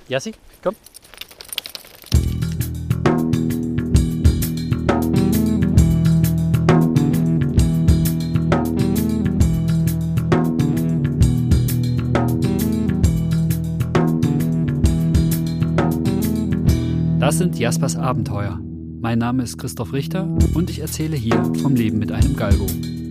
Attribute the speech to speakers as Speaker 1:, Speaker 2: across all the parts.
Speaker 1: Jassi, komm. Das sind Jaspers Abenteuer. Mein Name ist Christoph Richter und ich erzähle hier vom Leben mit einem Galgo.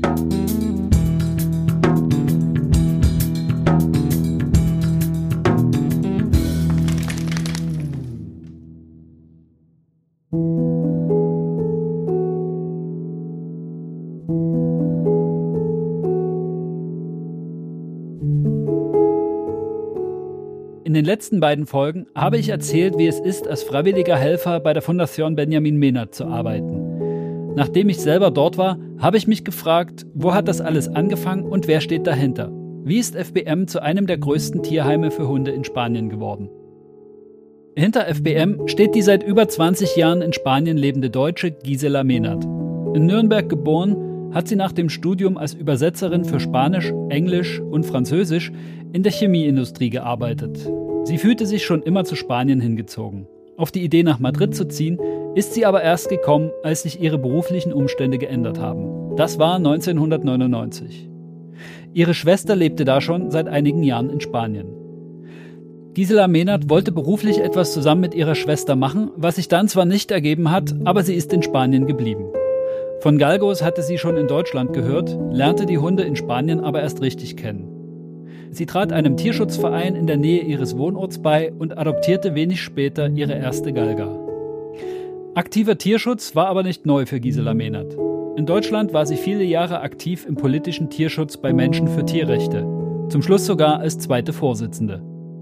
Speaker 1: In den letzten beiden Folgen habe ich erzählt, wie es ist, als freiwilliger Helfer bei der Fondation Benjamin Mehnert zu arbeiten. Nachdem ich selber dort war, habe ich mich gefragt, wo hat das alles angefangen und wer steht dahinter? Wie ist FBM zu einem der größten Tierheime für Hunde in Spanien geworden? Hinter FBM steht die seit über 20 Jahren in Spanien lebende Deutsche Gisela Mehnert. In Nürnberg geboren, hat sie nach dem Studium als Übersetzerin für Spanisch, Englisch und Französisch in der Chemieindustrie gearbeitet. Sie fühlte sich schon immer zu Spanien hingezogen. Auf die Idee, nach Madrid zu ziehen, ist sie aber erst gekommen, als sich ihre beruflichen Umstände geändert haben. Das war 1999. Ihre Schwester lebte da schon seit einigen Jahren in Spanien. Gisela Mehnert wollte beruflich etwas zusammen mit ihrer Schwester machen, was sich dann zwar nicht ergeben hat, aber sie ist in Spanien geblieben. Von Galgos hatte sie schon in Deutschland gehört, lernte die Hunde in Spanien aber erst richtig kennen. Sie trat einem Tierschutzverein in der Nähe ihres Wohnorts bei und adoptierte wenig später ihre erste Galga. Aktiver Tierschutz war aber nicht neu für Gisela Mehnert. In Deutschland war sie viele Jahre aktiv im politischen Tierschutz bei Menschen für Tierrechte, zum Schluss sogar als zweite Vorsitzende.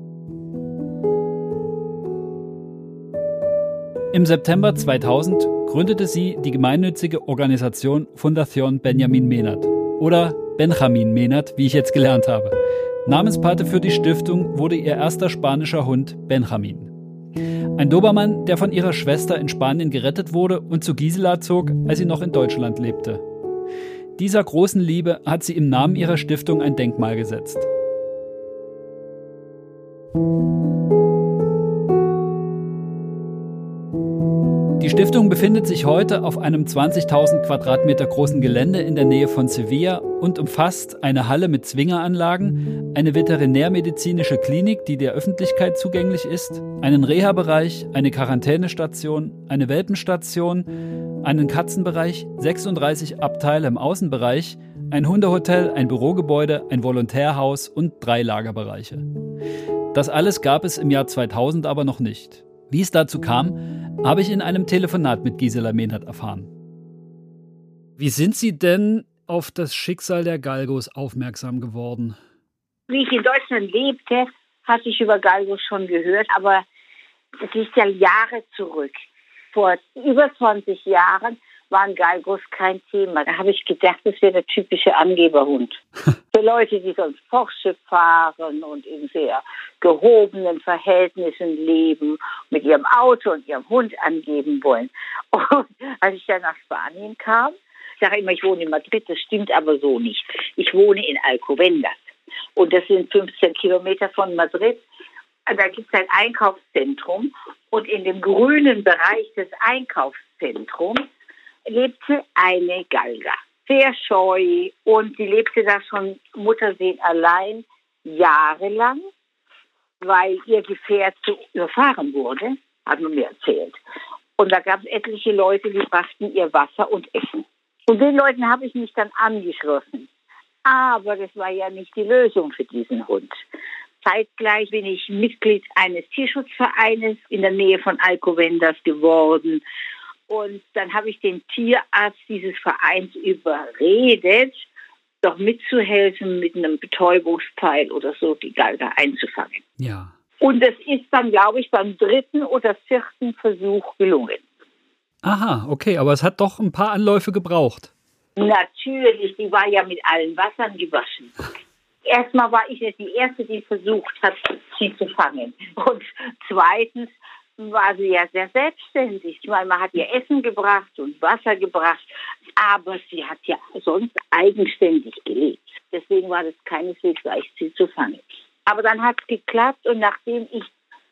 Speaker 1: Im September 2000 gründete sie die gemeinnützige Organisation Fundación Benjamin Mehnert oder Benjamin Mehnert, wie ich jetzt gelernt habe. Namenspate für die Stiftung wurde ihr erster spanischer Hund Benjamin. Ein Dobermann, der von ihrer Schwester in Spanien gerettet wurde und zu Gisela zog, als sie noch in Deutschland lebte. Dieser großen Liebe hat sie im Namen ihrer Stiftung ein Denkmal gesetzt. Die Stiftung befindet sich heute auf einem 20.000 Quadratmeter großen Gelände in der Nähe von Sevilla und umfasst eine Halle mit Zwingeranlagen, eine veterinärmedizinische Klinik, die der Öffentlichkeit zugänglich ist, einen Reha-Bereich, eine Quarantänestation, eine Welpenstation, einen Katzenbereich, 36 Abteile im Außenbereich, ein Hundehotel, ein Bürogebäude, ein Volontärhaus und 3 Lagerbereiche. Das alles gab es im Jahr 2000 aber noch nicht. Wie es dazu kam, habe ich in einem Telefonat mit Gisela Mehnert erfahren. Wie sind Sie denn auf das Schicksal der Galgos aufmerksam geworden?
Speaker 2: Wie ich in Deutschland lebte, hatte ich über Galgos schon gehört, aber es liegt ja Jahre zurück. Vor über 20 Jahren waren Galgos kein Thema. Da habe ich gedacht, das wäre der typische Angeberhund. Für Leute, die sonst Porsche fahren und in sehr gehobenen Verhältnissen leben, mit ihrem Auto und ihrem Hund angeben wollen. Und als ich dann nach Spanien kam, ich sage immer, ich wohne in Madrid, das stimmt aber so nicht. Ich wohne in Alcobendas. Und das sind 15 Kilometer von Madrid. Da gibt es ein Einkaufszentrum. Und in dem grünen Bereich des Einkaufszentrums lebte eine Galga. Sehr scheu. Und sie lebte da schon Muttersehen allein jahrelang, weil ihr Gefährt so überfahren wurde, hat man mir erzählt. Und da gab es etliche Leute, die brachten ihr Wasser und Essen. Und den Leuten habe ich mich dann angeschlossen. Aber das war ja nicht die Lösung für diesen Hund. Zeitgleich bin ich Mitglied eines Tierschutzvereines in der Nähe von Alcobendas geworden. Und dann habe ich den Tierarzt dieses Vereins überredet, doch mitzuhelfen, mit einem Betäubungsteil oder so die Galga einzufangen.
Speaker 1: Ja.
Speaker 2: Und es ist dann, glaube ich, beim 3. oder 4. Versuch gelungen.
Speaker 1: Aha, okay, aber es hat doch ein paar Anläufe gebraucht.
Speaker 2: Natürlich, die war ja mit allen Wassern gewaschen. Erstmal war ich nicht die Erste, die versucht hat, sie zu fangen. Und zweitens war sie ja sehr selbstständig. Ich meine, man hat ihr Essen gebracht und Wasser gebracht, aber sie hat ja sonst eigenständig gelebt. Deswegen war das keineswegs leicht, sie zu fangen. Aber dann hat es geklappt und nachdem ich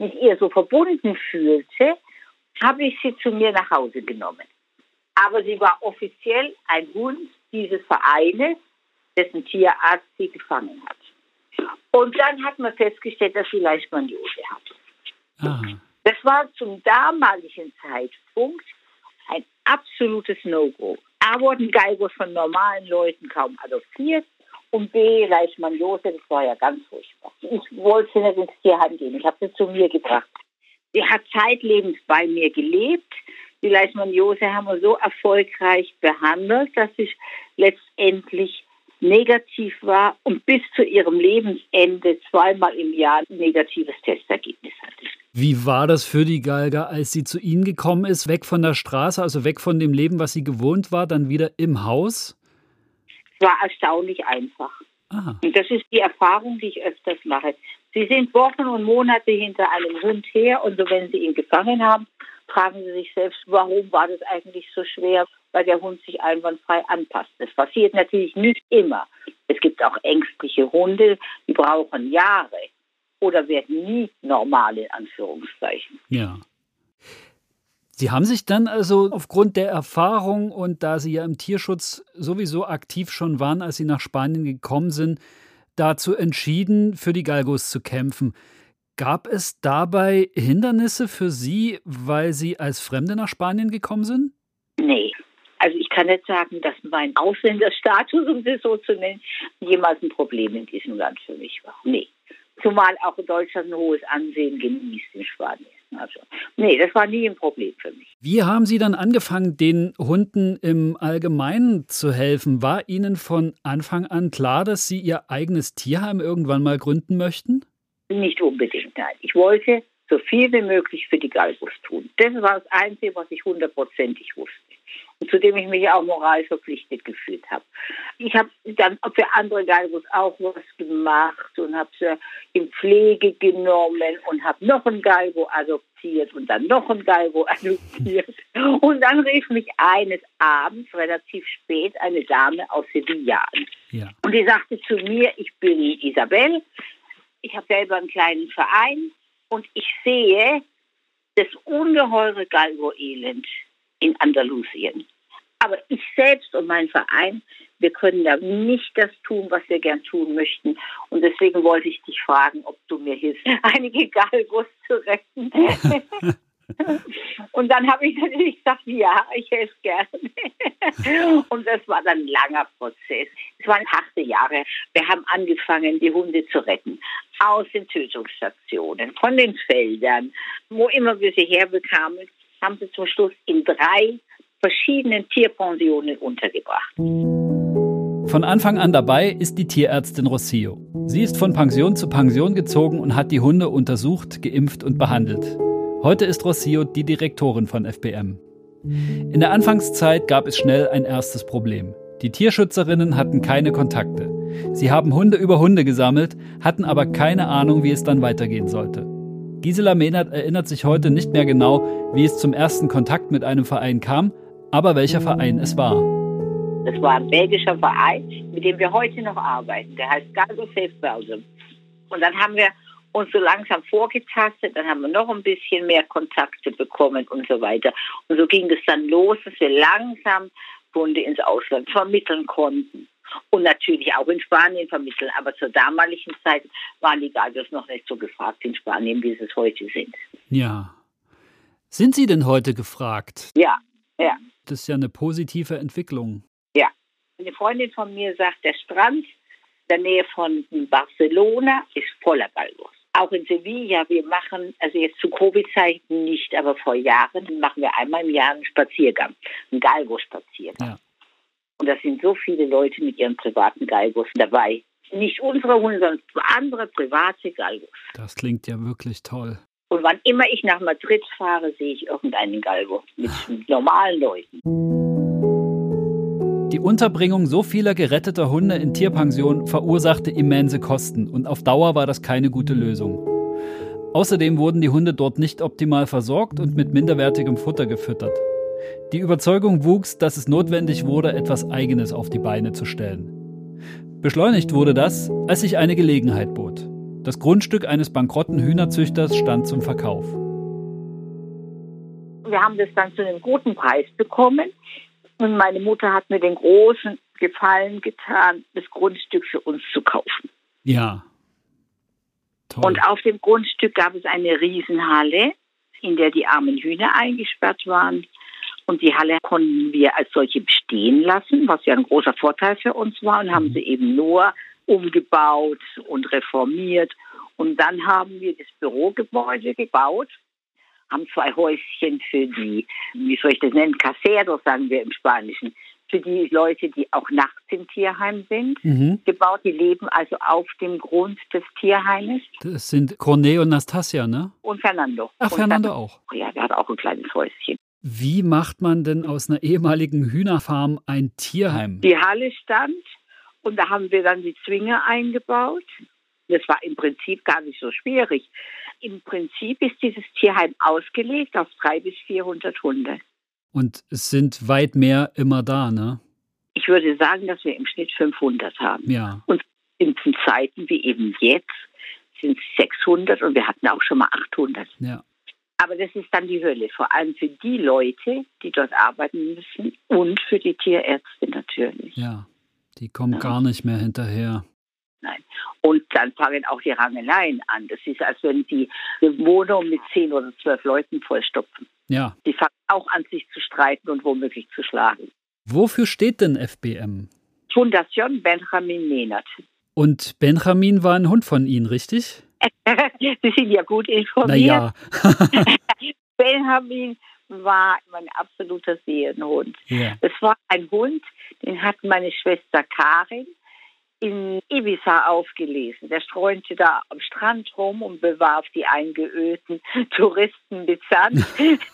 Speaker 2: mit ihr so verbunden fühlte, habe ich sie zu mir nach Hause genommen. Aber sie war offiziell ein Hund dieses Vereines, dessen Tierarzt sie gefangen hat. Und dann hat man festgestellt, dass sie Leishmaniose hat.
Speaker 1: Aha.
Speaker 2: Das war zum damaligen Zeitpunkt ein absolutes No-Go. A, wurden Galgos von normalen Leuten kaum adoptiert und B, Leishmaniose, das war ja ganz furchtbar. Ich wollte sie nicht ins Tierheim gehen, ich habe sie zu mir gebracht. Sie hat zeitlebens bei mir gelebt. Die Leishmaniose haben wir so erfolgreich behandelt, dass sie letztendlich negativ war und bis zu ihrem Lebensende 2-mal im Jahr ein negatives Testergebnis hatte.
Speaker 1: Wie war das für die Galga, als sie zu Ihnen gekommen ist, weg von der Straße, also weg von dem Leben, was sie gewohnt war, dann wieder im Haus?
Speaker 2: Es war erstaunlich einfach.
Speaker 1: Aha.
Speaker 2: Und das ist die Erfahrung, die ich öfters mache. Sie sind Wochen und Monate hinter einem Hund her und so, wenn Sie ihn gefangen haben, fragen Sie sich selbst, warum war das eigentlich so schwer, weil der Hund sich einwandfrei anpasst. Das passiert natürlich nicht immer. Es gibt auch ängstliche Hunde, die brauchen Jahre oder werden nie normal, in Anführungszeichen.
Speaker 1: Ja. Sie haben sich dann also aufgrund der Erfahrung und da Sie ja im Tierschutz sowieso aktiv schon waren, als Sie nach Spanien gekommen sind, dazu entschieden, für die Galgos zu kämpfen. Gab es dabei Hindernisse für Sie, weil Sie als Fremde nach Spanien gekommen sind?
Speaker 2: Nee. Also ich kann nicht sagen, dass mein Ausländerstatus, um das so zu nennen, jemals ein Problem in diesem Land für mich war. Nee. Zumal auch in Deutschland ein hohes Ansehen genießt in Spanien. Also, nee, das war nie ein Problem für mich.
Speaker 1: Wie haben Sie dann angefangen, den Hunden im Allgemeinen zu helfen? War Ihnen von Anfang an klar, dass Sie Ihr eigenes Tierheim irgendwann mal gründen möchten?
Speaker 2: Nicht unbedingt, nein. Ich wollte so viel wie möglich für die Galgos tun. Das war das Einzige, was ich 100%ig wusste. Und zu dem ich mich auch moralisch verpflichtet gefühlt habe. Ich habe dann für andere Galgos auch was gemacht und habe sie in Pflege genommen und habe noch einen Galgo adoptiert und dann noch einen Galgo adoptiert. Und dann rief mich eines Abends, relativ spät, eine Dame aus Sevilla an.
Speaker 1: Ja.
Speaker 2: Und die sagte zu mir, ich bin Isabel, ich habe selber einen kleinen Verein und ich sehe das ungeheure Galgo-Elend in Andalusien. Aber ich selbst und mein Verein, wir können da nicht das tun, was wir gern tun möchten. Und deswegen wollte ich dich fragen, ob du mir hilfst, einige Galgos zu retten. Und dann habe ich natürlich gesagt, ja, ich helfe gerne. Und das war dann ein langer Prozess. Es waren harte Jahre. Wir haben angefangen, die Hunde zu retten. Aus den Tötungsstationen, von den Feldern, wo immer wir sie herbekamen, haben sie zum Schluss in 3 verschiedenen Tierpensionen untergebracht.
Speaker 1: Von Anfang an dabei ist die Tierärztin Rocio. Sie ist von Pension zu Pension gezogen und hat die Hunde untersucht, geimpft und behandelt. Heute ist Rocio die Direktorin von FBM. In der Anfangszeit gab es schnell ein erstes Problem. Die Tierschützerinnen hatten keine Kontakte. Sie haben Hunde über Hunde gesammelt, hatten aber keine Ahnung, wie es dann weitergehen sollte. Gisela Mehnert erinnert sich heute nicht mehr genau, wie es zum ersten Kontakt mit einem Verein kam, aber welcher Verein es war.
Speaker 2: Das war ein belgischer Verein, mit dem wir heute noch arbeiten. Der heißt Galgo Safe Belgium. Und dann haben wir uns so langsam vorgetastet, dann haben wir noch ein bisschen mehr Kontakte bekommen und so weiter. Und so ging es dann los, dass wir langsam Hunde ins Ausland vermitteln konnten. Und natürlich auch in Spanien vermitteln. Aber zur damaligen Zeit waren die Galgos noch nicht so gefragt in Spanien, wie sie es heute sind.
Speaker 1: Ja. Sind Sie denn heute gefragt?
Speaker 2: Ja, ja.
Speaker 1: Das ist ja eine positive Entwicklung.
Speaker 2: Ja. Eine Freundin von mir sagt, der Strand in der Nähe von Barcelona ist voller Galgos. Auch in Sevilla, wir machen, also jetzt zu Covid-Zeiten nicht, aber vor Jahren machen wir einmal im Jahr einen Spaziergang, einen Galgo-Spaziergang. Ja. Und da sind so viele Leute mit ihren privaten Galgos dabei. Nicht unsere Hunde, sondern andere private Galgos.
Speaker 1: Das klingt ja wirklich toll.
Speaker 2: Und wann immer ich nach Madrid fahre, sehe ich irgendeinen Galgo mit normalen Leuten.
Speaker 1: Die Unterbringung so vieler geretteter Hunde in Tierpensionen verursachte immense Kosten und auf Dauer war das keine gute Lösung. Außerdem wurden die Hunde dort nicht optimal versorgt und mit minderwertigem Futter gefüttert. Die Überzeugung wuchs, dass es notwendig wurde, etwas Eigenes auf die Beine zu stellen. Beschleunigt wurde das, als sich eine Gelegenheit bot. Das Grundstück eines bankrotten Hühnerzüchters stand zum Verkauf.
Speaker 2: Wir haben das dann zu einem guten Preis bekommen. Und meine Mutter hat mir den großen Gefallen getan, das Grundstück für uns zu kaufen.
Speaker 1: Ja. Toll.
Speaker 2: Und auf dem Grundstück gab es eine Riesenhalle, in der die armen Hühner eingesperrt waren. Und die Halle konnten wir als solche bestehen lassen, was ja ein großer Vorteil für uns war. Und haben sie eben nur umgebaut und reformiert. Und dann haben wir das Bürogebäude gebaut, haben 2 Häuschen für die, wie soll ich das nennen, Caseros, sagen wir im Spanischen, für die Leute, die auch nachts im Tierheim sind, gebaut. Die leben also auf dem Grund des Tierheimes.
Speaker 1: Das sind Corné und Nastasia, ne?
Speaker 2: Und Fernando.
Speaker 1: Ach, Fernando auch.
Speaker 2: Ja, der hat auch ein kleines Häuschen.
Speaker 1: Wie macht man denn aus einer ehemaligen Hühnerfarm ein Tierheim?
Speaker 2: Die Halle stand und da haben wir dann die Zwinger eingebaut. Das war im Prinzip gar nicht so schwierig. Im Prinzip ist dieses Tierheim ausgelegt auf 300 bis 400 Hunde.
Speaker 1: Und es sind weit mehr immer da, ne?
Speaker 2: Ich würde sagen, dass wir im Schnitt 500 haben.
Speaker 1: Ja.
Speaker 2: Und in Zeiten wie eben jetzt sind es 600 und wir hatten auch schon mal 800.
Speaker 1: Ja.
Speaker 2: Aber das ist dann die Hölle, vor allem für die Leute, die dort arbeiten müssen und für die Tierärzte natürlich.
Speaker 1: Ja, die kommen gar nicht mehr hinterher.
Speaker 2: Nein. Und dann fangen auch die Rangeleien an. Das ist, als wenn die eine Wohnung mit 10 oder 12 Leuten vollstopfen.
Speaker 1: Ja.
Speaker 2: Die fangen auch an, sich zu streiten und womöglich zu schlagen.
Speaker 1: Wofür steht denn FBM?
Speaker 2: Fundación Benjamin Menard.
Speaker 1: Und Benjamin war ein Hund von Ihnen, richtig?
Speaker 2: Sie sind ja gut informiert.
Speaker 1: Na ja.
Speaker 2: Benjamin war mein absoluter Seelenhund.
Speaker 1: Ja.
Speaker 2: Es war ein Hund, den hat meine Schwester Karin in Ibiza aufgelesen. Der streunte da am Strand rum und bewarf die eingeölten Touristen mit Sand.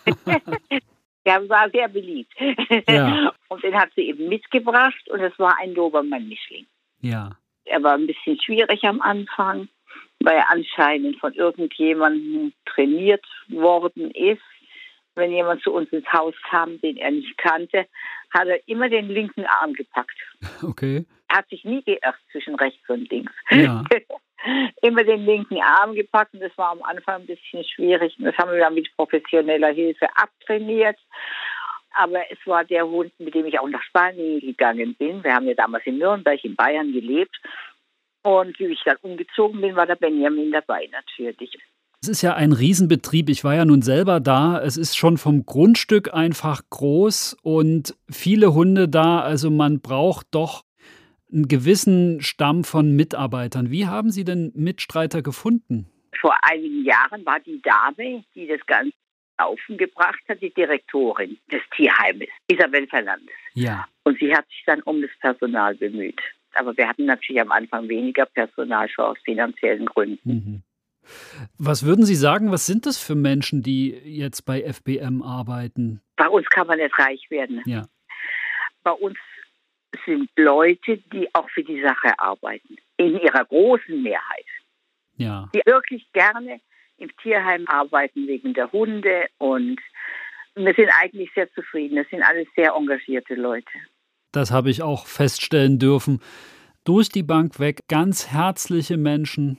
Speaker 2: Der war sehr beliebt.
Speaker 1: Ja.
Speaker 2: Und den hat sie eben mitgebracht und es war ein Dobermann-Mischling.
Speaker 1: Ja.
Speaker 2: Er war ein bisschen schwierig am Anfang, weil er anscheinend von irgendjemandem trainiert worden ist. Wenn jemand zu uns ins Haus kam, den er nicht kannte, hat er immer den linken Arm gepackt.
Speaker 1: Okay.
Speaker 2: Er hat sich nie geirrt zwischen rechts und links.
Speaker 1: Ja.
Speaker 2: Immer den linken Arm gepackt und das war am Anfang ein bisschen schwierig. Das haben wir dann mit professioneller Hilfe abtrainiert. Aber es war der Hund, mit dem ich auch nach Spanien gegangen bin. Wir haben ja damals in Nürnberg in Bayern gelebt. Und wie ich dann umgezogen bin, war der Benjamin dabei natürlich.
Speaker 1: Es ist ja ein Riesenbetrieb. Ich war ja nun selber da. Es ist schon vom Grundstück einfach groß und viele Hunde da. Also man braucht doch einen gewissen Stamm von Mitarbeitern. Wie haben Sie denn Mitstreiter gefunden?
Speaker 2: Vor einigen Jahren war die Dame, die das Ganze Laufen gebracht hat, die Direktorin des Tierheimes, Isabel Fernandes.
Speaker 1: Ja.
Speaker 2: Und sie hat sich dann um das Personal bemüht. Aber wir hatten natürlich am Anfang weniger Personal, schon aus finanziellen Gründen.
Speaker 1: Mhm. Was würden Sie sagen, was sind das für Menschen, die jetzt bei FBM arbeiten?
Speaker 2: Bei uns kann man nicht reich werden.
Speaker 1: Ja.
Speaker 2: Bei uns sind Leute, die auch für die Sache arbeiten. In ihrer großen Mehrheit.
Speaker 1: Ja.
Speaker 2: Die wirklich gerne im Tierheim arbeiten wegen der Hunde. Und wir sind eigentlich sehr zufrieden. Das sind alles sehr engagierte Leute.
Speaker 1: Das habe ich auch feststellen dürfen. Durch die Bank weg ganz herzliche Menschen,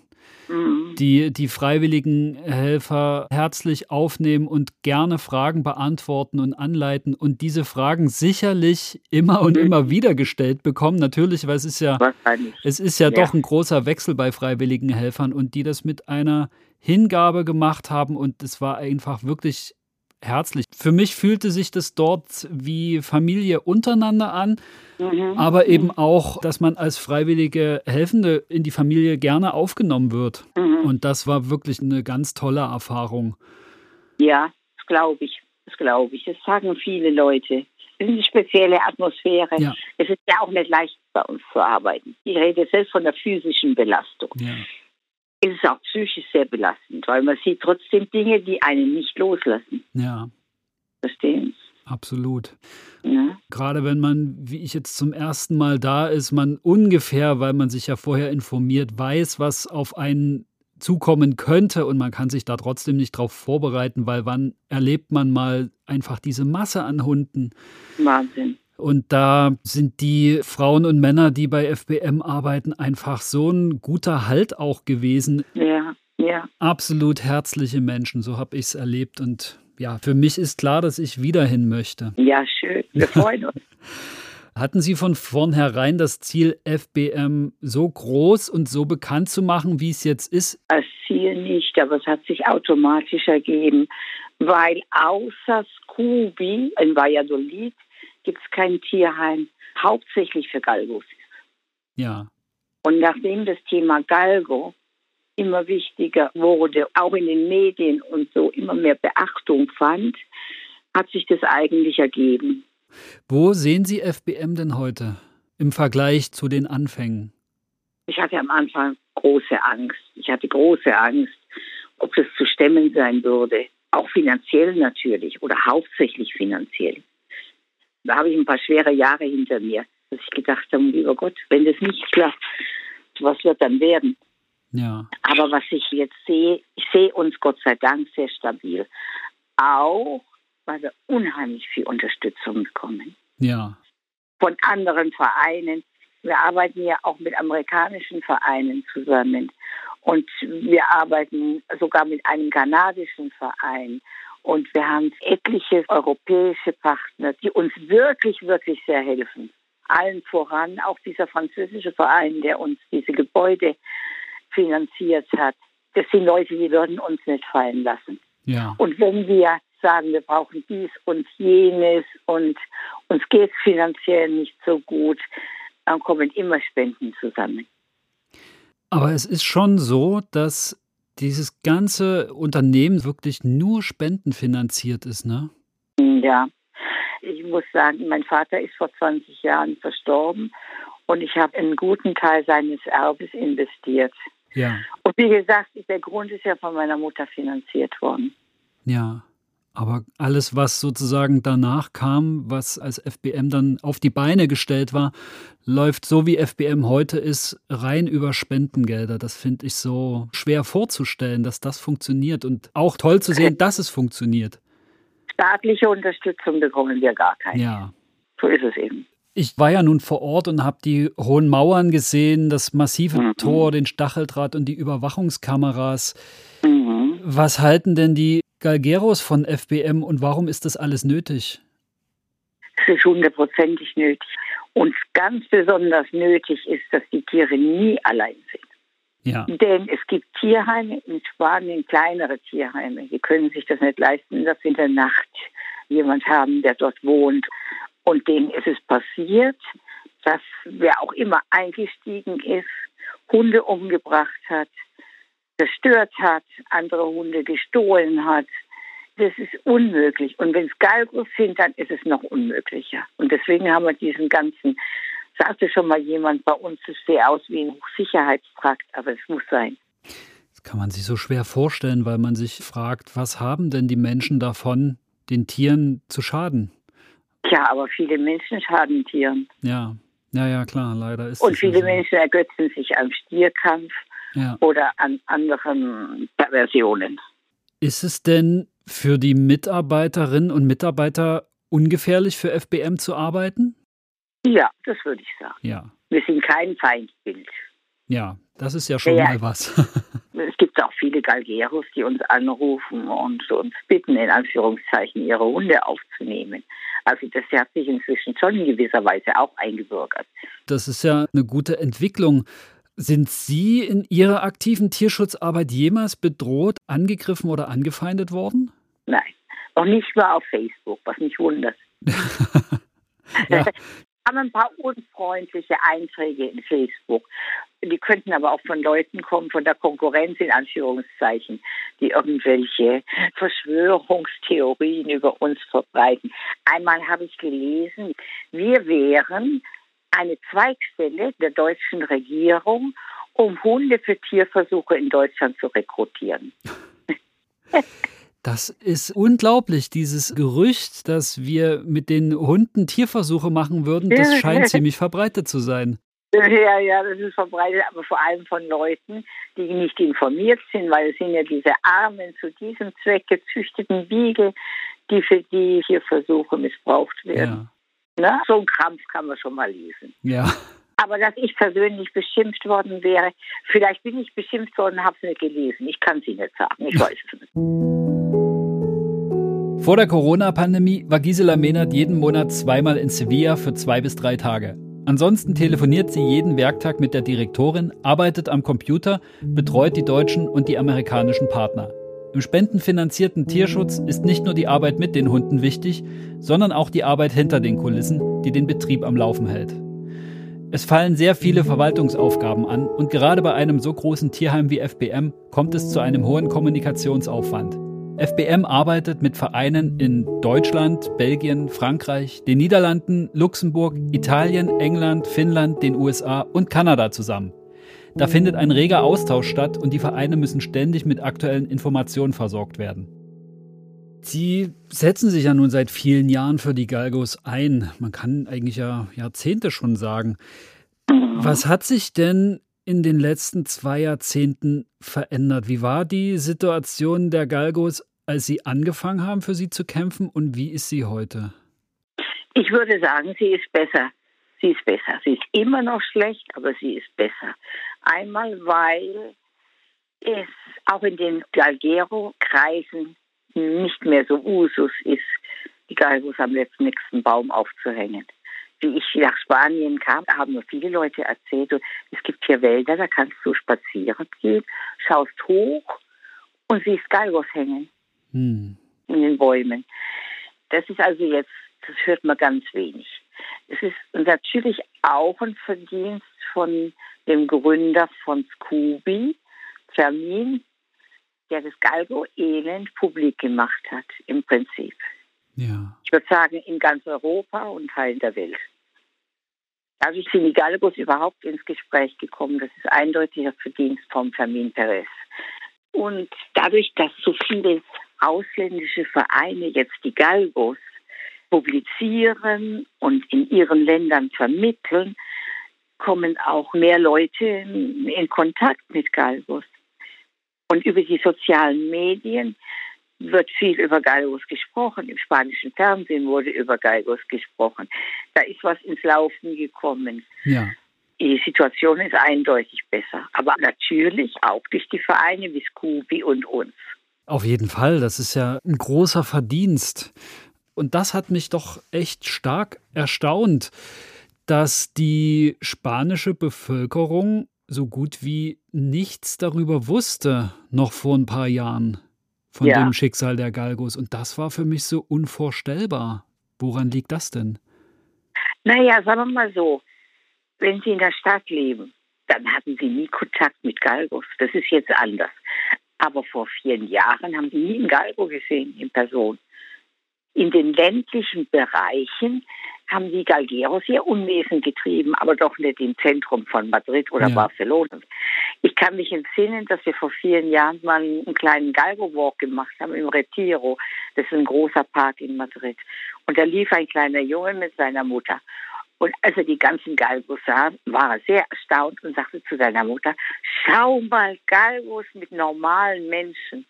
Speaker 1: die freiwilligen Helfer herzlich aufnehmen und gerne Fragen beantworten und anleiten und diese Fragen sicherlich immer und immer wieder gestellt bekommen. Natürlich, weil es ist ja doch ein großer Wechsel bei freiwilligen Helfern und die das mit einer Hingabe gemacht haben und es war einfach wirklich herzlich. Für mich fühlte sich das dort wie Familie untereinander an, aber eben auch, dass man als freiwillige Helfende in die Familie gerne aufgenommen wird. Und das war wirklich eine ganz tolle Erfahrung.
Speaker 2: Ja, das glaube ich. Das sagen viele Leute. Es ist eine spezielle Atmosphäre. Ja. Es ist ja auch nicht leicht, bei uns zu arbeiten. Ich rede selbst von der physischen Belastung. Ja. Es ist auch psychisch sehr belastend, weil man sieht trotzdem Dinge, die einen nicht loslassen.
Speaker 1: Ja.
Speaker 2: Verstehen?
Speaker 1: Absolut.
Speaker 2: Ja.
Speaker 1: Gerade wenn man, wie ich jetzt zum ersten Mal da ist, man ungefähr, weil man sich ja vorher informiert, weiß, was auf einen zukommen könnte und man kann sich da trotzdem nicht drauf vorbereiten, weil wann erlebt man mal einfach diese Masse an Hunden?
Speaker 2: Wahnsinn.
Speaker 1: Und da sind die Frauen und Männer, die bei FBM arbeiten, einfach so ein guter Halt auch gewesen.
Speaker 2: Ja, ja.
Speaker 1: Absolut herzliche Menschen, so habe ich es erlebt. Und ja, für mich ist klar, dass ich wieder hin möchte.
Speaker 2: Ja, schön. Wir freuen uns.
Speaker 1: Hatten Sie von vornherein das Ziel, FBM so groß und so bekannt zu machen, wie es jetzt ist?
Speaker 2: Als Ziel nicht, aber es hat sich automatisch ergeben, weil außer Scooby in Valladolid gibt es kein Tierheim, hauptsächlich für Galgos.
Speaker 1: Ja.
Speaker 2: Und nachdem das Thema Galgo immer wichtiger wurde, auch in den Medien und so immer mehr Beachtung fand, hat sich das eigentlich ergeben.
Speaker 1: Wo sehen Sie FBM denn heute im Vergleich zu den Anfängen?
Speaker 2: Ich hatte am Anfang große Angst. Ich hatte große Angst, ob das zu stemmen sein würde. Auch finanziell natürlich oder hauptsächlich finanziell. Da habe ich ein paar schwere Jahre hinter mir, dass ich gedacht habe, lieber Gott, wenn das nicht klappt, was wird dann werden?
Speaker 1: Ja.
Speaker 2: Aber was ich jetzt sehe, ich sehe uns Gott sei Dank sehr stabil. Auch, weil wir unheimlich viel Unterstützung bekommen.
Speaker 1: Ja.
Speaker 2: Von anderen Vereinen. Wir arbeiten ja auch mit amerikanischen Vereinen zusammen. Und wir arbeiten sogar mit einem kanadischen Verein. Und wir haben etliche europäische Partner, die uns wirklich, wirklich sehr helfen. Allen voran auch dieser französische Verein, der uns diese Gebäude finanziert hat. Das sind Leute, die würden uns nicht fallen lassen.
Speaker 1: Ja.
Speaker 2: Und wenn wir sagen, wir brauchen dies und jenes und uns geht es finanziell nicht so gut, dann kommen immer Spenden zusammen.
Speaker 1: Aber es ist schon so, dass dieses ganze Unternehmen wirklich nur spendenfinanziert ist, ne?
Speaker 2: Ja, ich muss sagen, mein Vater ist vor 20 Jahren verstorben und ich habe einen guten Teil seines Erbes investiert.
Speaker 1: Ja.
Speaker 2: Und wie gesagt, der Grund ist ja von meiner Mutter finanziert worden.
Speaker 1: Ja. Aber alles, was sozusagen danach kam, was als FBM dann auf die Beine gestellt war, läuft so, wie FBM heute ist, rein über Spendengelder. Das finde ich so schwer vorzustellen, dass das funktioniert und auch toll zu sehen, dass es funktioniert.
Speaker 2: Staatliche Unterstützung bekommen wir gar keine.
Speaker 1: Ja.
Speaker 2: So ist es eben.
Speaker 1: Ich war ja nun vor Ort und habe die hohen Mauern gesehen, das massive Tor, den Stacheldraht und die Überwachungskameras. Was halten denn die Galgeros von FBM und warum ist das alles nötig?
Speaker 2: Es ist 100%ig nötig. Und ganz besonders nötig ist, dass die Tiere nie allein sind.
Speaker 1: Ja.
Speaker 2: Denn es gibt Tierheime in Spanien, kleinere Tierheime, die können sich das nicht leisten, dass in der Nacht jemand haben, der dort wohnt. Und denen ist es passiert, dass wer auch immer eingestiegen ist, Hunde umgebracht hat, zerstört hat, andere Hunde gestohlen hat. Das ist unmöglich. Und wenn es Galgos sind, dann ist es noch unmöglicher. Und deswegen haben wir diesen ganzen, sagte schon mal jemand, bei uns es sieht aus wie ein Hochsicherheitstrakt, aber es muss sein.
Speaker 1: Das kann man sich so schwer vorstellen, weil man sich fragt, was haben denn die Menschen davon, den Tieren zu schaden?
Speaker 2: Tja, aber viele Menschen schaden Tieren.
Speaker 1: Ja, klar, leider ist es.
Speaker 2: Und viele
Speaker 1: so.
Speaker 2: Menschen ergötzen sich am Stierkampf oder an anderen Perversionen.
Speaker 1: Ist es denn für die Mitarbeiterinnen und Mitarbeiter ungefährlich für FBM zu arbeiten?
Speaker 2: Ja, das würde ich sagen.
Speaker 1: Ja.
Speaker 2: Wir sind kein Feindbild.
Speaker 1: Ja, das ist ja schon mal was.
Speaker 2: Es gibt auch viele Galgeros, die uns anrufen und uns bitten, in Anführungszeichen, ihre Hunde aufzunehmen. Also das hat sich inzwischen schon in gewisser Weise auch eingebürgert.
Speaker 1: Das ist ja eine gute Entwicklung. Sind Sie in Ihrer aktiven Tierschutzarbeit jemals bedroht, angegriffen oder angefeindet worden?
Speaker 2: Nein, noch nicht mal auf Facebook, was mich wundert.
Speaker 1: Ja.
Speaker 2: Wir haben ein paar unfreundliche Einträge in Facebook. Die könnten aber auch von Leuten kommen, von der Konkurrenz in Anführungszeichen, die irgendwelche Verschwörungstheorien über uns verbreiten. Einmal habe ich gelesen, wir wären eine Zweigstelle der deutschen Regierung, um Hunde für Tierversuche in Deutschland zu rekrutieren.
Speaker 1: Das ist unglaublich, dieses Gerücht, dass wir mit den Hunden Tierversuche machen würden, das scheint ziemlich verbreitet zu sein.
Speaker 2: Ja, das ist verbreitet, aber vor allem von Leuten, die nicht informiert sind, weil es sind ja diese armen, zu diesem Zweck gezüchteten Beagle, die für die Tierversuche missbraucht werden.
Speaker 1: Ja.
Speaker 2: Ne? So ein Krampf kann man schon mal lesen.
Speaker 1: Ja.
Speaker 2: Aber dass ich persönlich beschimpft worden wäre, vielleicht bin ich beschimpft worden und habe es nicht gelesen. Ich kann es Ihnen nicht sagen, ich weiß es nicht.
Speaker 1: Vor der Corona-Pandemie war Gisela Mehnert jeden Monat zweimal in Sevilla für 2 bis 3 Tage. Ansonsten telefoniert sie jeden Werktag mit der Direktorin, arbeitet am Computer, betreut die deutschen und die amerikanischen Partner. Im spendenfinanzierten Tierschutz ist nicht nur die Arbeit mit den Hunden wichtig, sondern auch die Arbeit hinter den Kulissen, die den Betrieb am Laufen hält. Es fallen sehr viele Verwaltungsaufgaben an und gerade bei einem so großen Tierheim wie FBM kommt es zu einem hohen Kommunikationsaufwand. FBM arbeitet mit Vereinen in Deutschland, Belgien, Frankreich, den Niederlanden, Luxemburg, Italien, England, Finnland, den USA und Kanada zusammen. Da findet ein reger Austausch statt und die Vereine müssen ständig mit aktuellen Informationen versorgt werden. Sie setzen sich ja nun seit vielen Jahren für die Galgos ein. Man kann eigentlich ja Jahrzehnte schon sagen. Was hat sich denn in den letzten 2 Jahrzehnten verändert? Wie war die Situation der Galgos, als Sie angefangen haben, für sie zu kämpfen, und wie ist sie heute?
Speaker 2: Ich würde sagen, sie ist besser. Sie ist besser. Sie ist immer noch schlecht, aber sie ist besser. Einmal, weil es auch in den Galgero-Kreisen nicht mehr so Usus ist, die Galgos am nächsten Baum aufzuhängen. Wie ich nach Spanien kam, haben mir viele Leute erzählt, es gibt hier Wälder, da kannst du spazieren gehen, schaust hoch und siehst Galgos hängen in den Bäumen. Das ist also jetzt, das hört man ganz wenig. Es ist natürlich auch ein Verdienst von dem Gründer von Scooby, Fermin, der das Galgo-Elend publik gemacht hat, im Prinzip.
Speaker 1: Ja.
Speaker 2: Ich würde sagen, in ganz Europa und Teilen der Welt. Dadurch sind die Galgos überhaupt ins Gespräch gekommen. Das ist eindeutiger Verdienst von Fermin Perez. Und dadurch, dass so viele ausländische Vereine jetzt die Galgos publizieren und in ihren Ländern vermitteln, kommen auch mehr Leute in Kontakt mit Galgos. Und über die sozialen Medien wird viel über Galgos gesprochen. Im spanischen Fernsehen wurde über Galgos gesprochen. Da ist was ins Laufen gekommen.
Speaker 1: Ja.
Speaker 2: Die Situation ist eindeutig besser. Aber natürlich auch durch die Vereine wie Scooby und uns.
Speaker 1: Auf jeden Fall, das ist ja ein großer Verdienst. Und das hat mich doch echt stark erstaunt, dass die spanische Bevölkerung so gut wie nichts darüber wusste, noch vor ein paar Jahren, von dem Schicksal der Galgos. Und das war für mich so unvorstellbar. Woran liegt das denn?
Speaker 2: Naja, sagen wir mal so, wenn Sie in der Stadt leben, dann hatten Sie nie Kontakt mit Galgos. Das ist jetzt anders. Aber vor 4 Jahren haben Sie nie einen Galgo gesehen in Person. In den ländlichen Bereichen haben die Galgeros ihr Unwesen getrieben, aber doch nicht im Zentrum von Madrid oder Barcelona. Ich kann mich entsinnen, dass wir vor 4 Jahren mal einen kleinen Galgo-Walk gemacht haben im Retiro. Das ist ein großer Park in Madrid. Und da lief ein kleiner Junge mit seiner Mutter. Und als er die ganzen Galgos sah, war er sehr erstaunt und sagte zu seiner Mutter, schau mal, Galgos mit normalen Menschen.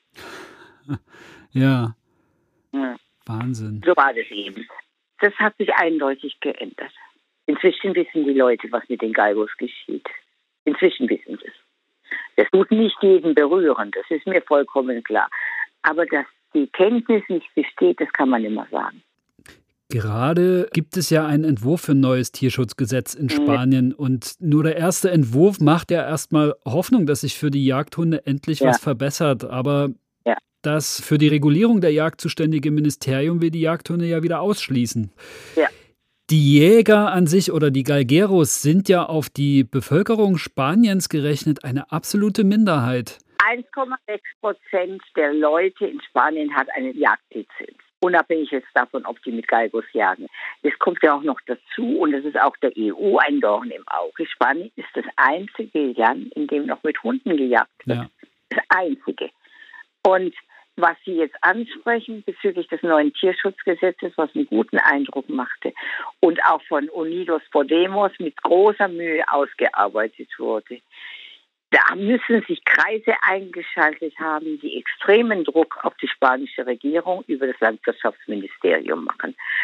Speaker 1: Ja.
Speaker 2: Ja.
Speaker 1: Wahnsinn.
Speaker 2: So war das eben. Das hat sich eindeutig geändert. Inzwischen wissen die Leute, was mit den Galgos geschieht. Inzwischen wissen sie es. Das tut nicht jeden berühren, das ist mir vollkommen klar. Aber dass die Kenntnis nicht besteht, das kann man immer sagen.
Speaker 1: Gerade gibt es ja einen Entwurf für ein neues Tierschutzgesetz in Spanien. Und nur der erste Entwurf macht ja erstmal Hoffnung, dass sich für die Jagdhunde endlich was verbessert. Aber das für die Regulierung der Jagd zuständige Ministerium will die Jagdhunde ja wieder ausschließen.
Speaker 2: Ja.
Speaker 1: Die Jäger an sich oder die Galgeros sind ja auf die Bevölkerung Spaniens gerechnet eine absolute Minderheit.
Speaker 2: 1,6% der Leute in Spanien hat eine Jagdlizenz. Unabhängig jetzt davon, ob die mit Galgos jagen. Das kommt ja auch noch dazu und das ist auch der EU ein Dorn im Auge. Spanien ist das einzige Land, in dem noch mit Hunden gejagt wird. Ja. Das einzige. Und was Sie jetzt ansprechen bezüglich des neuen Tierschutzgesetzes, was einen guten Eindruck machte und auch von Unidos Podemos mit großer Mühe ausgearbeitet wurde, da müssen sich Kreise eingeschaltet haben, die extremen Druck auf die spanische Regierung über das Landwirtschaftsministerium machen.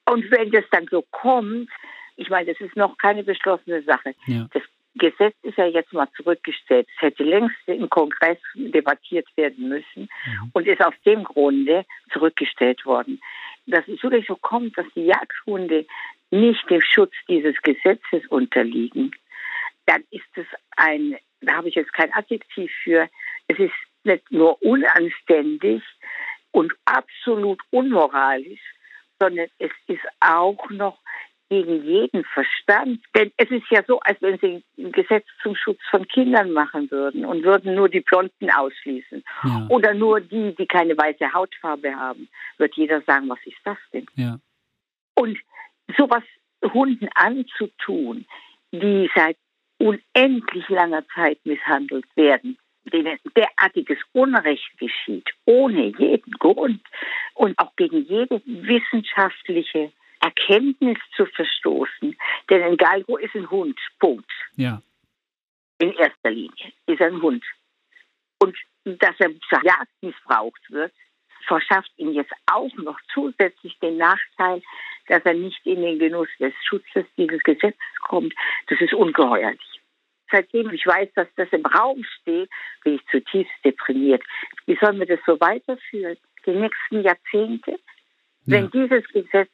Speaker 2: Und wenn das dann so kommt, ich meine, das ist noch keine beschlossene Sache.
Speaker 1: Ja.
Speaker 2: Das Gesetz ist ja jetzt mal zurückgestellt. Es hätte längst im Kongress debattiert werden müssen und ist aus dem Grunde zurückgestellt worden. Dass es wirklich so kommt, dass die Jagdhunde nicht dem Schutz dieses Gesetzes unterliegen, dann ist es da habe ich jetzt kein Adjektiv für, es ist nicht nur unanständig und absolut unmoralisch, sondern es ist auch noch gegen jeden Verstand. Denn es ist ja so, als wenn sie ein Gesetz zum Schutz von Kindern machen würden und würden nur die Blonden ausschließen.
Speaker 1: Ja.
Speaker 2: Oder nur die keine weiße Hautfarbe haben. Wird jeder sagen, was ist das denn?
Speaker 1: Ja.
Speaker 2: Und sowas Hunden anzutun, die seit unendlich langer Zeit misshandelt werden, denen derartiges Unrecht geschieht, ohne jeden Grund und auch gegen jede wissenschaftliche Erkenntnis zu verstoßen. Denn ein Galgo ist ein Hund, Punkt.
Speaker 1: Ja.
Speaker 2: In erster Linie ist er ein Hund. Und dass er zur Jagd missbraucht wird, verschafft ihm jetzt auch noch zusätzlich den Nachteil, dass er nicht in den Genuss des Schutzes dieses Gesetzes kommt. Das ist ungeheuerlich. Seitdem ich weiß, dass das im Raum steht, bin ich zutiefst deprimiert. Wie sollen wir das so weiterführen? Die nächsten Jahrzehnte? Wenn dieses Gesetz,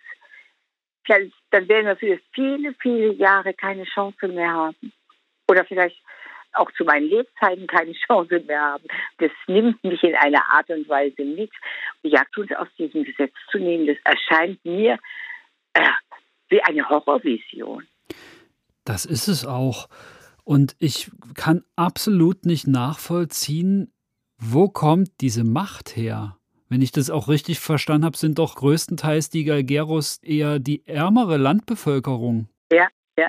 Speaker 2: dann werden wir für viele, viele Jahre keine Chance mehr haben. Oder vielleicht auch zu meinen Lebzeiten keine Chance mehr haben. Das nimmt mich in einer Art und Weise mit. Die Jagdhunde aus diesem Gesetz zu nehmen, das erscheint mir wie eine Horrorvision.
Speaker 1: Das ist es auch. Und ich kann absolut nicht nachvollziehen, wo kommt diese Macht her? Wenn ich das auch richtig verstanden habe, sind doch größtenteils die Galgeros eher die ärmere Landbevölkerung.
Speaker 2: Ja.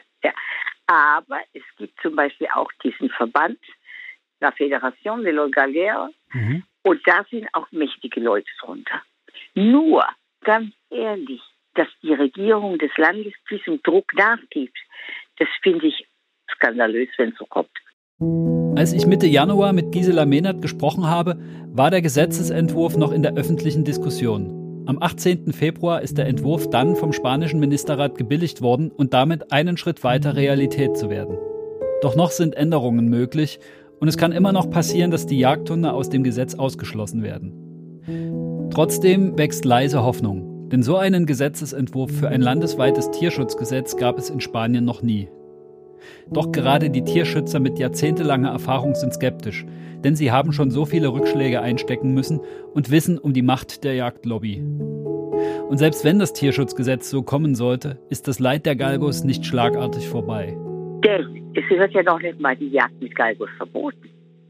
Speaker 2: Aber es gibt zum Beispiel auch diesen Verband, la Fédération de los Galgueros, und da sind auch mächtige Leute drunter. Nur, ganz ehrlich, dass die Regierung des Landes diesem Druck nachgibt, das finde ich skandalös, wenn es so kommt.
Speaker 1: Als ich Mitte Januar mit Gisela Mehnert gesprochen habe, war der Gesetzesentwurf noch in der öffentlichen Diskussion. Am 18. Februar ist der Entwurf dann vom spanischen Ministerrat gebilligt worden und damit einen Schritt weiter Realität zu werden. Doch noch sind Änderungen möglich und es kann immer noch passieren, dass die Jagdhunde aus dem Gesetz ausgeschlossen werden. Trotzdem wächst leise Hoffnung, denn so einen Gesetzesentwurf für ein landesweites Tierschutzgesetz gab es in Spanien noch nie. Doch gerade die Tierschützer mit jahrzehntelanger Erfahrung sind skeptisch, denn sie haben schon so viele Rückschläge einstecken müssen und wissen um die Macht der Jagdlobby. Und selbst wenn das Tierschutzgesetz so kommen sollte, ist das Leid der Galgos nicht schlagartig vorbei.
Speaker 2: Denn es wird ja noch nicht mal die Jagd mit Galgos verboten,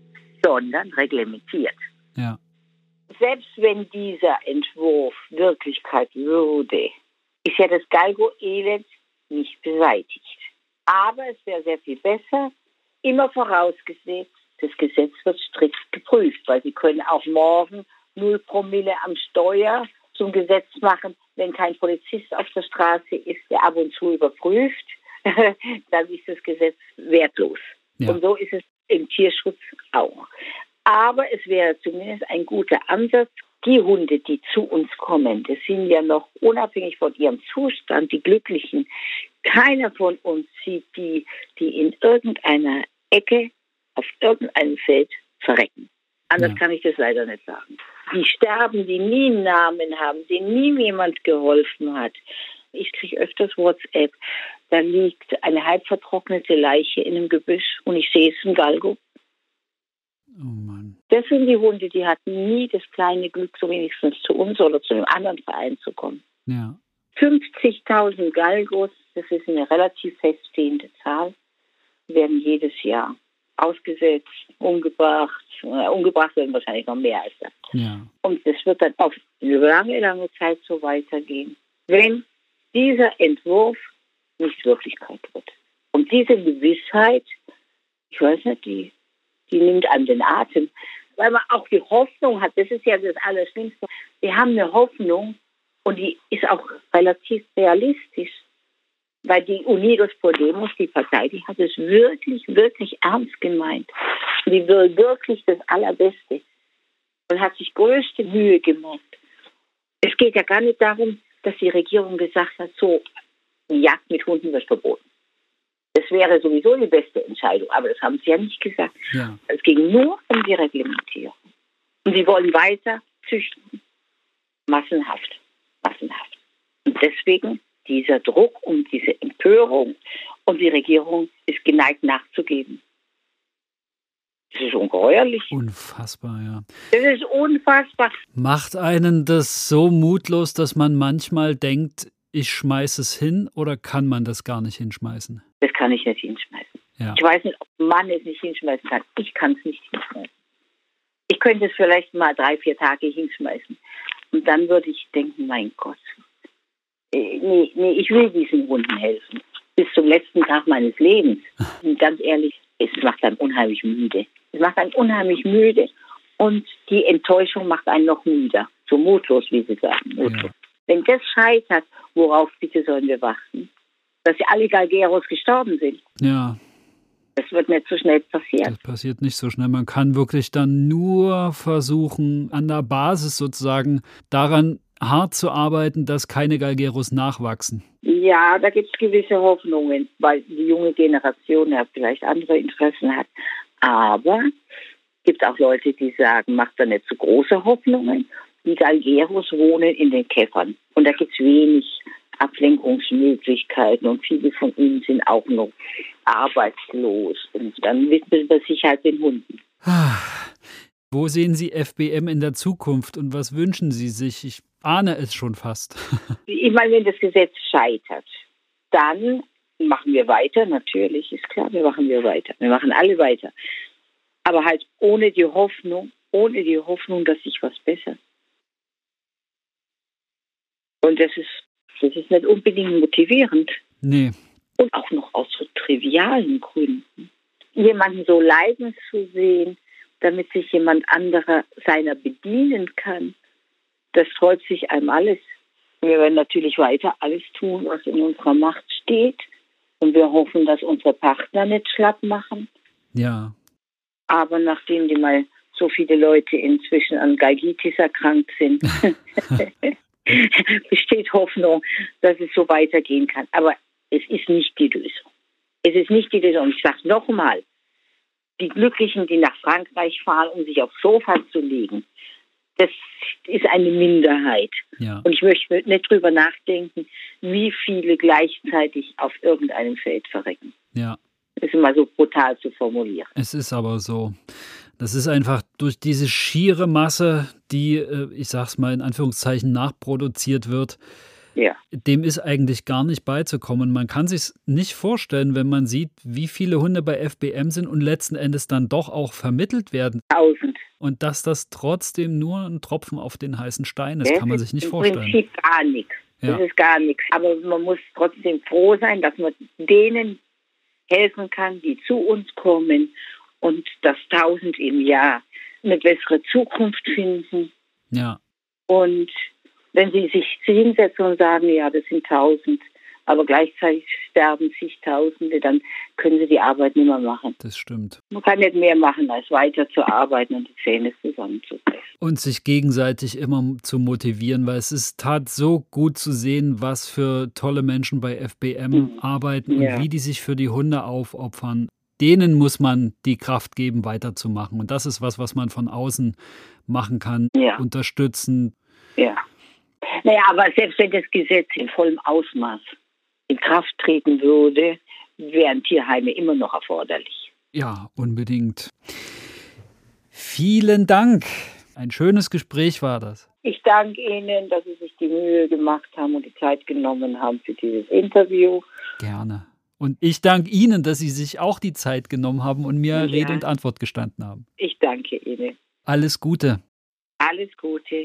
Speaker 2: sondern reglementiert.
Speaker 1: Ja.
Speaker 2: Selbst wenn dieser Entwurf Wirklichkeit würde, ist ja das Galgo-Elend nicht beseitigt. Aber es wäre sehr viel besser, immer vorausgesetzt, das Gesetz wird strikt geprüft, weil Sie können auch morgen 0 Promille am Steuer zum Gesetz machen, wenn kein Polizist auf der Straße ist, der ab und zu überprüft, dann ist das Gesetz wertlos. Ja. Und so ist es im Tierschutz auch. Aber es wäre zumindest ein guter Ansatz. Die Hunde, die zu uns kommen, das sind ja noch unabhängig von ihrem Zustand, die Glücklichen. Keiner von uns sieht die in irgendeiner Ecke, auf irgendeinem Feld verrecken. Anders kann ich das leider nicht sagen. Die sterben, die nie einen Namen haben, denen nie jemand geholfen hat. Ich kriege öfters WhatsApp, da liegt eine halb vertrocknete Leiche in einem Gebüsch und ich sehe, es ist ein Galgo.
Speaker 1: Oh Mann.
Speaker 2: Das sind die Hunde, die hatten nie das kleine Glück, so wenigstens zu uns oder zu einem anderen Verein zu kommen.
Speaker 1: Ja.
Speaker 2: 50.000 Galgos, das ist eine relativ feststehende Zahl, werden jedes Jahr ausgesetzt, umgebracht. Umgebracht werden wahrscheinlich noch mehr als das.
Speaker 1: Ja.
Speaker 2: Und das wird dann auf eine lange, lange Zeit so weitergehen, wenn dieser Entwurf nicht Wirklichkeit wird. Und diese Gewissheit, ich weiß nicht, die nimmt an den Atem, weil man auch die Hoffnung hat, das ist ja das Allerschlimmste, wir haben eine Hoffnung und die ist auch relativ realistisch, weil die Unidos Podemos, die Partei, die hat es wirklich, wirklich ernst gemeint. Die will wirklich das Allerbeste und hat sich größte Mühe gemacht. Es geht ja gar nicht darum, dass die Regierung gesagt hat, so, die Jagd mit Hunden wird verboten. Das wäre sowieso die beste Entscheidung, aber das haben sie ja nicht gesagt.
Speaker 1: Ja.
Speaker 2: Es ging nur um die Reglementierung. Und sie wollen weiter züchten. Massenhaft. Und deswegen dieser Druck und diese Empörung und die Regierung ist geneigt nachzugeben. Das ist ungeheuerlich.
Speaker 1: Unfassbar, ja.
Speaker 2: Das ist unfassbar.
Speaker 1: Macht einen das so mutlos, dass man manchmal denkt, ich schmeiße es hin, oder kann man das gar nicht hinschmeißen?
Speaker 2: Das kann ich nicht hinschmeißen.
Speaker 1: Ja.
Speaker 2: Ich weiß nicht, ob man es nicht hinschmeißen kann. Ich kann es nicht hinschmeißen. Ich könnte es vielleicht mal 3-4 Tage hinschmeißen. Und dann würde ich denken, mein Gott, nee, ich will diesen Hunden helfen. Bis zum letzten Tag meines Lebens. Und ganz ehrlich, es macht einen unheimlich müde. Und die Enttäuschung macht einen noch müder. So mutlos, wie Sie sagen.
Speaker 1: Ja.
Speaker 2: Wenn das scheitert, worauf bitte sollen wir warten? Dass ja alle Galgeros gestorben sind.
Speaker 1: Ja.
Speaker 2: Das wird nicht so schnell passieren.
Speaker 1: Das passiert nicht so schnell. Man kann wirklich dann nur versuchen, an der Basis sozusagen daran hart zu arbeiten, dass keine Galgeros nachwachsen.
Speaker 2: Ja, da gibt es gewisse Hoffnungen, weil die junge Generation ja vielleicht andere Interessen hat. Aber es gibt auch Leute, die sagen, macht da nicht so große Hoffnungen. Die Galgeros wohnen in den Käfern. Und da gibt es wenig Ablenkungsmöglichkeiten und viele von ihnen sind auch noch arbeitslos. Und dann widmet man sich halt den Hunden.
Speaker 1: Wo sehen Sie FBM in der Zukunft und was wünschen Sie sich? Ich ahne es schon fast.
Speaker 2: Ich meine, wenn das Gesetz scheitert, dann machen wir weiter, natürlich, ist klar, wir machen weiter. Wir machen alle weiter. Aber halt ohne die Hoffnung, dass sich was bessert. Und das ist nicht unbedingt motivierend.
Speaker 1: Nee.
Speaker 2: Und auch noch aus so trivialen Gründen. Jemanden so leiden zu sehen, damit sich jemand anderer seiner bedienen kann, das freut sich einem alles. Wir werden natürlich weiter alles tun, was in unserer Macht steht. Und wir hoffen, dass unsere Partner nicht schlapp machen.
Speaker 1: Ja.
Speaker 2: Aber nachdem die mal so viele Leute inzwischen an Galgitis erkrankt sind, besteht Hoffnung, dass es so weitergehen kann. Aber es ist nicht die Lösung. Es ist nicht die Lösung. Und ich sage nochmal, die Glücklichen, die nach Frankreich fahren, um sich aufs Sofa zu legen, das ist eine Minderheit.
Speaker 1: Ja.
Speaker 2: Und ich möchte nicht drüber nachdenken, wie viele gleichzeitig auf irgendeinem Feld verrecken.
Speaker 1: Ja.
Speaker 2: Das ist immer so brutal zu formulieren.
Speaker 1: Es ist aber so. Das ist einfach durch diese schiere Masse, die, ich sag's mal in Anführungszeichen, nachproduziert wird,
Speaker 2: Ja.
Speaker 1: dem ist eigentlich gar nicht beizukommen. Man kann sich nicht vorstellen, wenn man sieht, wie viele Hunde bei FBM sind und letzten Endes dann doch auch vermittelt werden.
Speaker 2: 1000.
Speaker 1: Und dass das trotzdem nur ein Tropfen auf den heißen Stein ist, kann man sich nicht vorstellen.
Speaker 2: Das ist im Prinzip gar nichts.
Speaker 1: Ja.
Speaker 2: Das ist gar nichts. Aber man muss trotzdem froh sein, dass man denen helfen kann, die zu uns kommen und dass 1000 im Jahr eine bessere Zukunft finden.
Speaker 1: Ja.
Speaker 2: Und wenn sie sich hinsetzen und sagen, ja, das sind 1000, aber gleichzeitig sterben zigtausende, dann können sie die Arbeit nicht mehr machen.
Speaker 1: Das stimmt.
Speaker 2: Man kann nicht mehr machen, als weiter zu arbeiten und die Zähne zusammenzupressen.
Speaker 1: Und sich gegenseitig immer zu motivieren, weil es ist tat so gut zu sehen, was für tolle Menschen bei FBM arbeiten und wie die sich für die Hunde aufopfern. Denen muss man die Kraft geben, weiterzumachen. Und das ist was man von außen machen kann, unterstützen.
Speaker 2: Ja. Naja, aber selbst wenn das Gesetz in vollem Ausmaß in Kraft treten würde, wären Tierheime immer noch erforderlich.
Speaker 1: Ja, unbedingt. Vielen Dank. Ein schönes Gespräch war das.
Speaker 2: Ich danke Ihnen, dass Sie sich die Mühe gemacht haben und die Zeit genommen haben für dieses Interview.
Speaker 1: Gerne. Und ich danke Ihnen, dass Sie sich auch die Zeit genommen haben und mir Rede und Antwort gestanden haben.
Speaker 2: Ich danke Ihnen.
Speaker 1: Alles Gute.
Speaker 2: Alles Gute.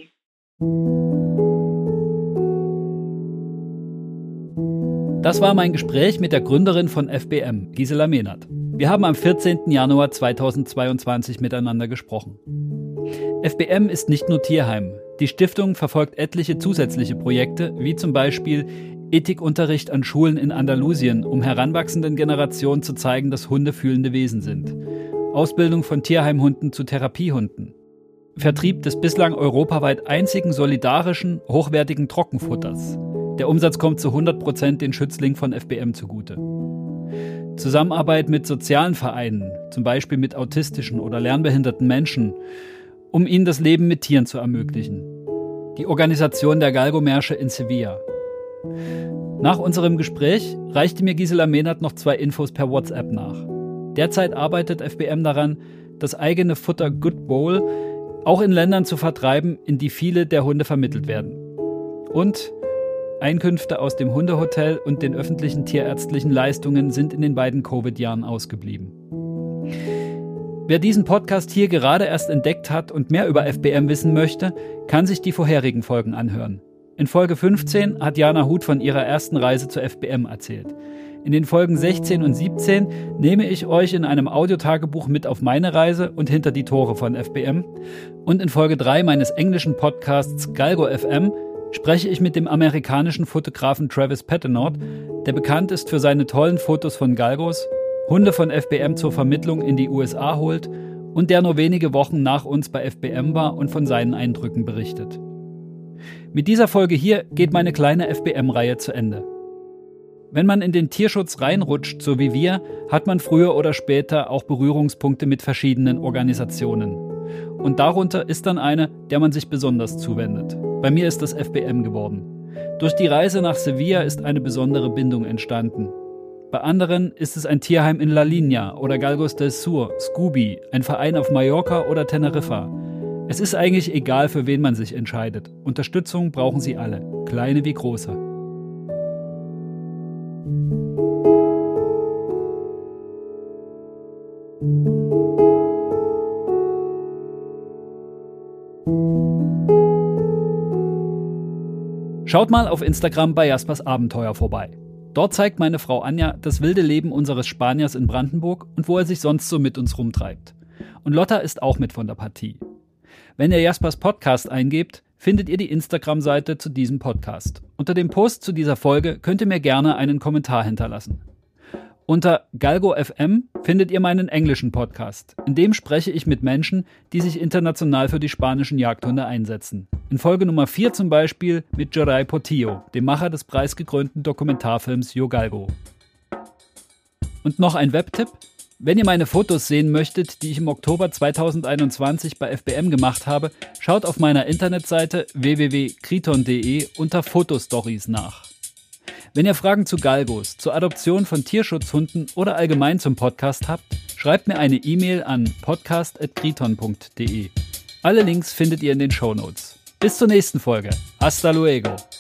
Speaker 1: Das war mein Gespräch mit der Gründerin von FBM, Gisela Mehnert. Wir haben am 14. Januar 2022 miteinander gesprochen. FBM ist nicht nur Tierheim. Die Stiftung verfolgt etliche zusätzliche Projekte, wie zum Beispiel Ethikunterricht an Schulen in Andalusien, um heranwachsenden Generationen zu zeigen, dass Hunde fühlende Wesen sind. Ausbildung von Tierheimhunden zu Therapiehunden. Vertrieb des bislang europaweit einzigen solidarischen, hochwertigen Trockenfutters. Der Umsatz kommt zu 100% den Schützlingen von FBM zugute. Zusammenarbeit mit sozialen Vereinen, zum Beispiel mit autistischen oder lernbehinderten Menschen, um ihnen das Leben mit Tieren zu ermöglichen. Die Organisation der Galgo-Märsche in Sevilla. Nach unserem Gespräch reichte mir Gisela Mehnert noch 2 Infos per WhatsApp nach. Derzeit arbeitet FBM daran, das eigene Futter Good Bowl auch in Ländern zu vertreiben, in die viele der Hunde vermittelt werden. Und Einkünfte aus dem Hundehotel und den öffentlichen tierärztlichen Leistungen sind in den beiden Covid-Jahren ausgeblieben. Wer diesen Podcast hier gerade erst entdeckt hat und mehr über FBM wissen möchte, kann sich die vorherigen Folgen anhören. In Folge 15 hat Jana Huth von ihrer ersten Reise zur FBM erzählt. In den Folgen 16 und 17 nehme ich euch in einem Audiotagebuch mit auf meine Reise und hinter die Tore von FBM. Und in Folge 3 meines englischen Podcasts Galgo FM spreche ich mit dem amerikanischen Fotografen Travis Patenaude, der bekannt ist für seine tollen Fotos von Galgos, Hunde von FBM zur Vermittlung in die USA holt und der nur wenige Wochen nach uns bei FBM war und von seinen Eindrücken berichtet. Mit dieser Folge hier geht meine kleine FBM-Reihe zu Ende. Wenn man in den Tierschutz reinrutscht, so wie wir, hat man früher oder später auch Berührungspunkte mit verschiedenen Organisationen. Und darunter ist dann eine, der man sich besonders zuwendet. Bei mir ist das FBM geworden. Durch die Reise nach Sevilla ist eine besondere Bindung entstanden. Bei anderen ist es ein Tierheim in La Línea oder Galgos del Sur, Scooby, ein Verein auf Mallorca oder Teneriffa. Es ist eigentlich egal, für wen man sich entscheidet. Unterstützung brauchen sie alle, kleine wie große. Schaut mal auf Instagram bei Jaspers Abenteuer vorbei. Dort zeigt meine Frau Anja das wilde Leben unseres Spaniers in Brandenburg und wo er sich sonst so mit uns rumtreibt. Und Lotta ist auch mit von der Partie. Wenn ihr Jaspers Podcast eingebt, findet ihr die Instagram-Seite zu diesem Podcast. Unter dem Post zu dieser Folge könnt ihr mir gerne einen Kommentar hinterlassen. Unter Galgo FM findet ihr meinen englischen Podcast. In dem spreche ich mit Menschen, die sich international für die spanischen Jagdhunde einsetzen. In Folge Nummer 4 zum Beispiel mit Geray Portillo, dem Macher des preisgekrönten Dokumentarfilms Yo Galgo. Und noch ein Webtipp. Wenn ihr meine Fotos sehen möchtet, die ich im Oktober 2021 bei FBM gemacht habe, schaut auf meiner Internetseite www.kriton.de unter Fotostories nach. Wenn ihr Fragen zu Galgos, zur Adoption von Tierschutzhunden oder allgemein zum Podcast habt, schreibt mir eine E-Mail an podcast@kriton.de. Alle Links findet ihr in den Shownotes. Bis zur nächsten Folge. Hasta luego.